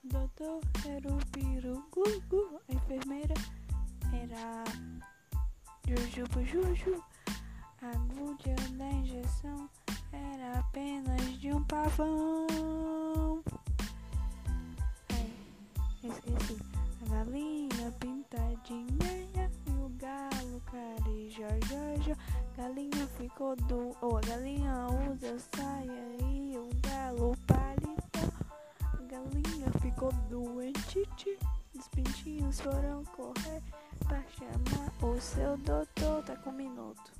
doutor era o Piru Gugu, a enfermeira era Jujubu Juju, a agulha da injeção era apenas de um pavão. Ai, esqueci. A galinha pintadinha e o galo carijó. Galinha ficou a galinha usa saia e o galo paletó. A galinha ficou doente, os pintinhos foram correr pra chamar o seu doutor. Tá com um minuto.